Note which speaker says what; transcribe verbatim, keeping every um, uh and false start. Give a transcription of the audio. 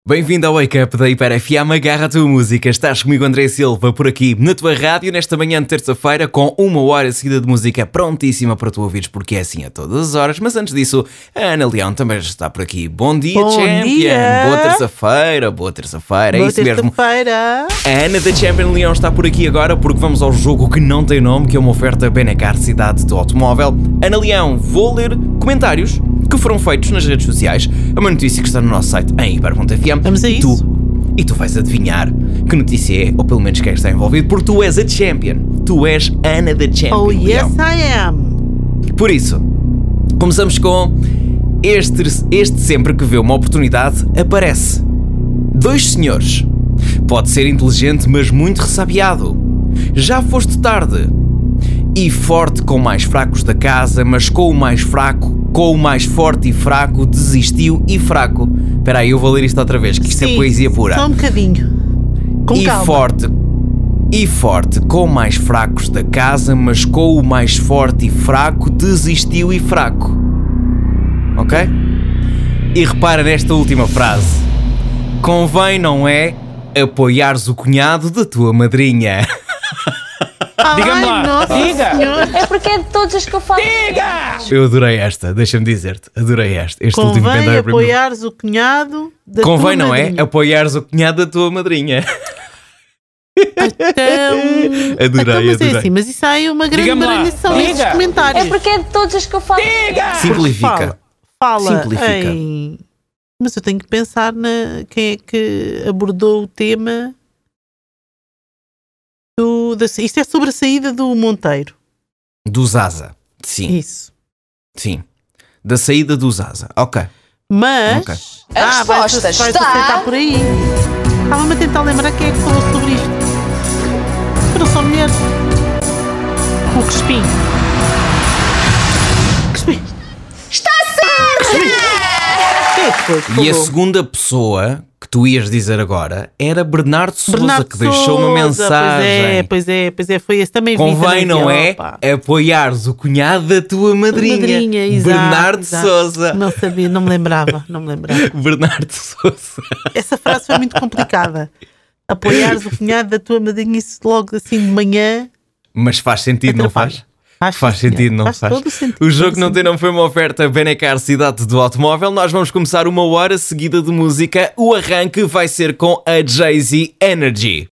Speaker 1: Bem-vindo ao Wake Up da Hiper F M, agarra a tua música. Estás comigo, André Silva, por aqui na tua rádio, nesta manhã de terça-feira, com uma hora seguida de música prontíssima para tu ouvires, porque é assim a todas as horas. Mas antes disso, a Ana Leão também já está por aqui. Bom dia,
Speaker 2: Bom
Speaker 1: Champion!
Speaker 2: dia.
Speaker 1: Boa terça-feira, boa terça-feira, é
Speaker 2: Boa
Speaker 1: isso mesmo.
Speaker 2: terça-feira.
Speaker 1: A Ana da Champion Leão está por aqui agora, porque vamos ao jogo que não tem nome, que é uma oferta Benacar Cidade do Automóvel. Ana Leão, vou ler comentários que foram feitos nas redes sociais, é uma notícia que está no nosso site em hiper ponto f m.
Speaker 2: Vamos a
Speaker 1: e
Speaker 2: isso.
Speaker 1: Tu, e tu vais adivinhar que notícia é, ou pelo menos quem está envolvido, porque tu és a Champion. Tu és a Ana da Champion
Speaker 2: Oh, yes,
Speaker 1: Leão.
Speaker 2: I am.
Speaker 1: Por isso, começamos com este, este sempre que vê uma oportunidade, aparece. Dois senhores. Pode ser inteligente, mas muito ressabiado. Já foste tarde. E forte com mais fracos da casa, mas com o mais fraco, com o mais forte e fraco, desistiu e fraco. Espera aí, eu vou ler isto outra vez, que isto
Speaker 2: Sim,
Speaker 1: é poesia pura.
Speaker 2: Só um bocadinho. Com
Speaker 1: E
Speaker 2: calma.
Speaker 1: forte, e forte com mais fracos da casa, mas com o mais forte e fraco, desistiu e fraco. Ok? E repara nesta última frase. Convém, não é, apoiares o cunhado da tua madrinha.
Speaker 2: Ai,
Speaker 3: Diga-me lá.
Speaker 2: Nossa
Speaker 3: Diga.
Speaker 2: Senhora.
Speaker 4: É porque é de todas as que eu falo.
Speaker 1: Eu adorei esta, deixa-me dizer-te, adorei esta. Este último
Speaker 2: Convém
Speaker 1: comentário para mim.
Speaker 2: apoiares o cunhado da
Speaker 1: Convém,
Speaker 2: tua
Speaker 1: não é,
Speaker 2: madrinha.
Speaker 1: apoiares o cunhado da tua madrinha.
Speaker 2: Então,
Speaker 1: Adorei,
Speaker 2: então, mas
Speaker 1: adorei.
Speaker 2: é assim, mas isso aí é uma grande
Speaker 3: Diga-me lá.
Speaker 2: variação nesses
Speaker 3: Diga.
Speaker 2: comentários.
Speaker 4: É porque é de todas as que eu falo.
Speaker 1: Simplifica.
Speaker 2: Fala, fala
Speaker 1: Simplifica.
Speaker 2: em... Mas eu tenho que pensar na quem é que abordou o tema do... Da... Isto é sobre a saída do Monteiro.
Speaker 1: Do Zaza. Sim,
Speaker 2: Isso.
Speaker 1: sim. Da saída do Zaza. Ok.
Speaker 2: Mas...
Speaker 1: Ok.
Speaker 4: A
Speaker 2: ah, vais,
Speaker 4: resposta
Speaker 2: vais
Speaker 4: está-
Speaker 2: aceitar por aí. Estava-me a tentar lembrar quem é que falou sobre isto. Foram só mulheres. O Crespim. Crespim.
Speaker 4: Está certo!
Speaker 2: Quem é que foi que
Speaker 1: E a
Speaker 2: falou?
Speaker 1: segunda pessoa que tu ias dizer agora era Bernardo Sousa,
Speaker 2: Bernardo
Speaker 1: que deixou uma
Speaker 2: Sousa,
Speaker 1: mensagem.
Speaker 2: Pois é, pois é, pois é, foi esse. Também vi,
Speaker 1: Convém,
Speaker 2: também vi,
Speaker 1: não é,
Speaker 2: opa.
Speaker 1: apoiares o cunhado da tua madrinha.
Speaker 2: Madrinha, exato,
Speaker 1: Bernardo
Speaker 2: exato.
Speaker 1: Sousa.
Speaker 2: Não sabia, não me lembrava, não me lembrava.
Speaker 1: Bernardo Sousa.
Speaker 2: Essa frase foi muito complicada. Apoiares o cunhado da tua madrinha, isso logo assim de manhã.
Speaker 1: Mas faz sentido, não
Speaker 2: Atrapalha.
Speaker 1: faz?
Speaker 2: Faz,
Speaker 1: Faz
Speaker 2: sim,
Speaker 1: sentido,
Speaker 2: senhor.
Speaker 1: não
Speaker 2: faz?
Speaker 1: faz?
Speaker 2: todo o sentido.
Speaker 1: O jogo
Speaker 2: todo
Speaker 1: não
Speaker 2: o
Speaker 1: tem não foi uma oferta Benacar Cidade do Automóvel. Nós vamos começar uma hora seguida de música. O arranque vai ser com a Jay-Z Energy.